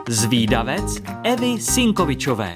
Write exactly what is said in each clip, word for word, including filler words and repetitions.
Zvídavec Evy Sinkovičové.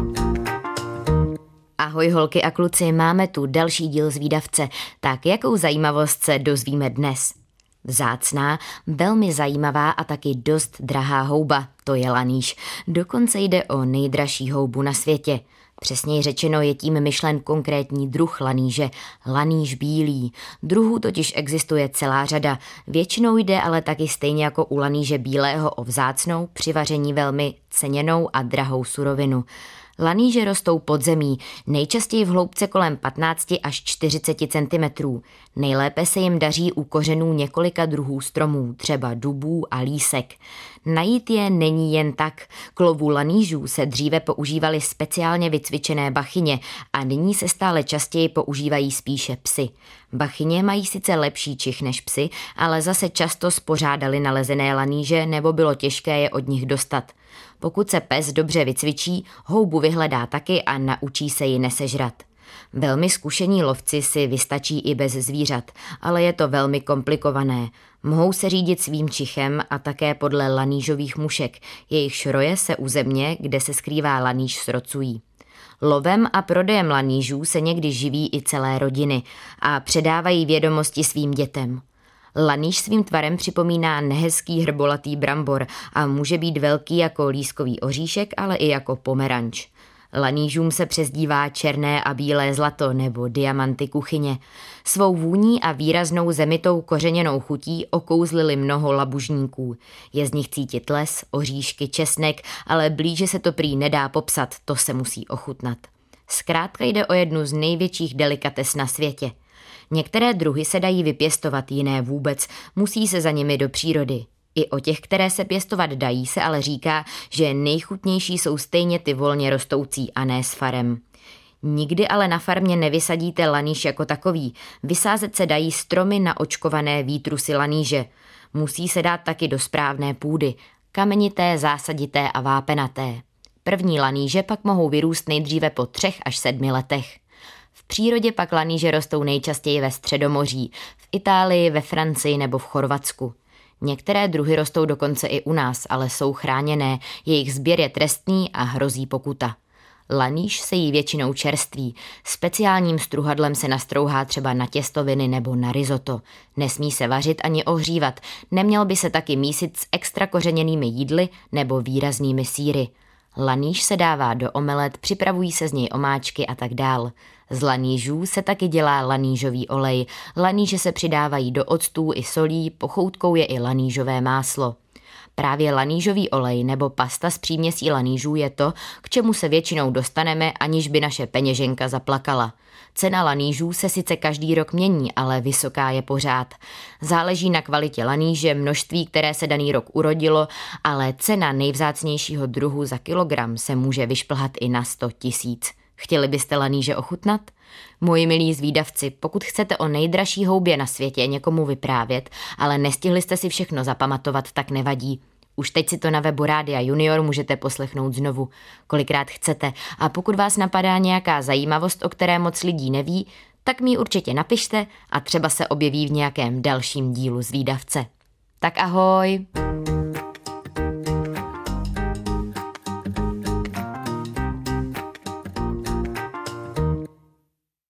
Ahoj holky a kluci, máme tu další díl Zvídavce. Tak jakou zajímavost se dozvíme dnes? Vzácná, velmi zajímavá a taky dost drahá houba, to je lanýž. Dokonce jde o nejdražší houbu na světě. Přesněji řečeno je tím myšlen konkrétní druh lanýže, lanýž bílý. Druhů totiž existuje celá řada. Většinou jde ale taky stejně jako u lanýže bílého o vzácnou, při vaření velmi ceněnou a drahou surovinu. Lanýže rostou pod zemí, nejčastěji v hloubce kolem patnáct až čtyřicet centimetrů. Nejlépe se jim daří u kořenů několika druhů stromů, třeba dubů a lísek. Najít je není jen tak. K lovu lanýžů se dříve používaly speciálně vycvičené bachyně a nyní se stále častěji používají spíše psy. Bachyně mají sice lepší čich než psy, ale zase často spořádali nalezené lanýže nebo bylo těžké je od nich dostat. Pokud se pes dobře vycvičí, houbu vyhledá taky a naučí se ji nesežrat. Velmi zkušení lovci si vystačí i bez zvířat, ale je to velmi komplikované. Mohou se řídit svým čichem a také podle lanýžových mušek, jejich roje se u země, kde se skrývá lanýž, srocují. Lovem a prodejem lanýžů se někdy živí i celé rodiny a předávají vědomosti svým dětem. Lanýž svým tvarem připomíná nehezký hrbolatý brambor a může být velký jako lískový oříšek, ale i jako pomeranč. Lanýžům se přezdívá černé a bílé zlato nebo diamanty kuchyně. Svou vůní a výraznou zemitou kořeněnou chutí okouzlili mnoho labužníků. Je z nich cítit les, oříšky, česnek, ale blíže se to prý nedá popsat, to se musí ochutnat. Zkrátka jde o jednu z největších delikates na světě. Některé druhy se dají vypěstovat, jiné vůbec, musí se za nimi do přírody. I o těch, které se pěstovat dají, se ale říká, že nejchutnější jsou stejně ty volně rostoucí a ne s farem. Nikdy ale na farmě nevysadíte lanýž jako takový. Vysázet se dají stromy naočkované výtrusy lanýže. Musí se dát taky do správné půdy, kamenité, zásadité a vápenaté. První lanýže pak mohou vyrůst nejdříve po třech až sedmi letech. V přírodě pak lanýže rostou nejčastěji ve Středomoří, v Itálii, ve Francii nebo v Chorvatsku. Některé druhy rostou dokonce i u nás, ale jsou chráněné, jejich sběr je trestný a hrozí pokuta. Lanýž se jí většinou čerství, speciálním struhadlem se nastrouhá třeba na těstoviny nebo na risotto. Nesmí se vařit ani ohřívat, neměl by se taky mísit s extra kořeněnými jídly nebo výraznými sýry. Lanýž se dává do omelet, připravují se z něj omáčky a tak dál. Z lanýžů se taky dělá lanýžový olej, lanýže se přidávají do octů i solí, pochoutkou je i lanýžové máslo. Právě lanýžový olej nebo pasta z příměsí lanýžů je to, k čemu se většinou dostaneme, aniž by naše peněženka zaplakala. Cena lanýžů se sice každý rok mění, ale vysoká je pořád. Záleží na kvalitě lanýže, množství, které se daný rok urodilo, ale cena nejvzácnějšího druhu za kilogram se může vyšplhat i na sto tisíc. Chtěli byste lanýže ochutnat? Moji milí zvídavci, pokud chcete o nejdražší houbě na světě někomu vyprávět, ale nestihli jste si všechno zapamatovat, tak nevadí. Už teď si to na webu Rádia Junior můžete poslechnout znovu, kolikrát chcete. A pokud vás napadá nějaká zajímavost, o které moc lidí neví, tak mi ji určitě napište a třeba se objeví v nějakém dalším dílu Zvídavce. Tak ahoj!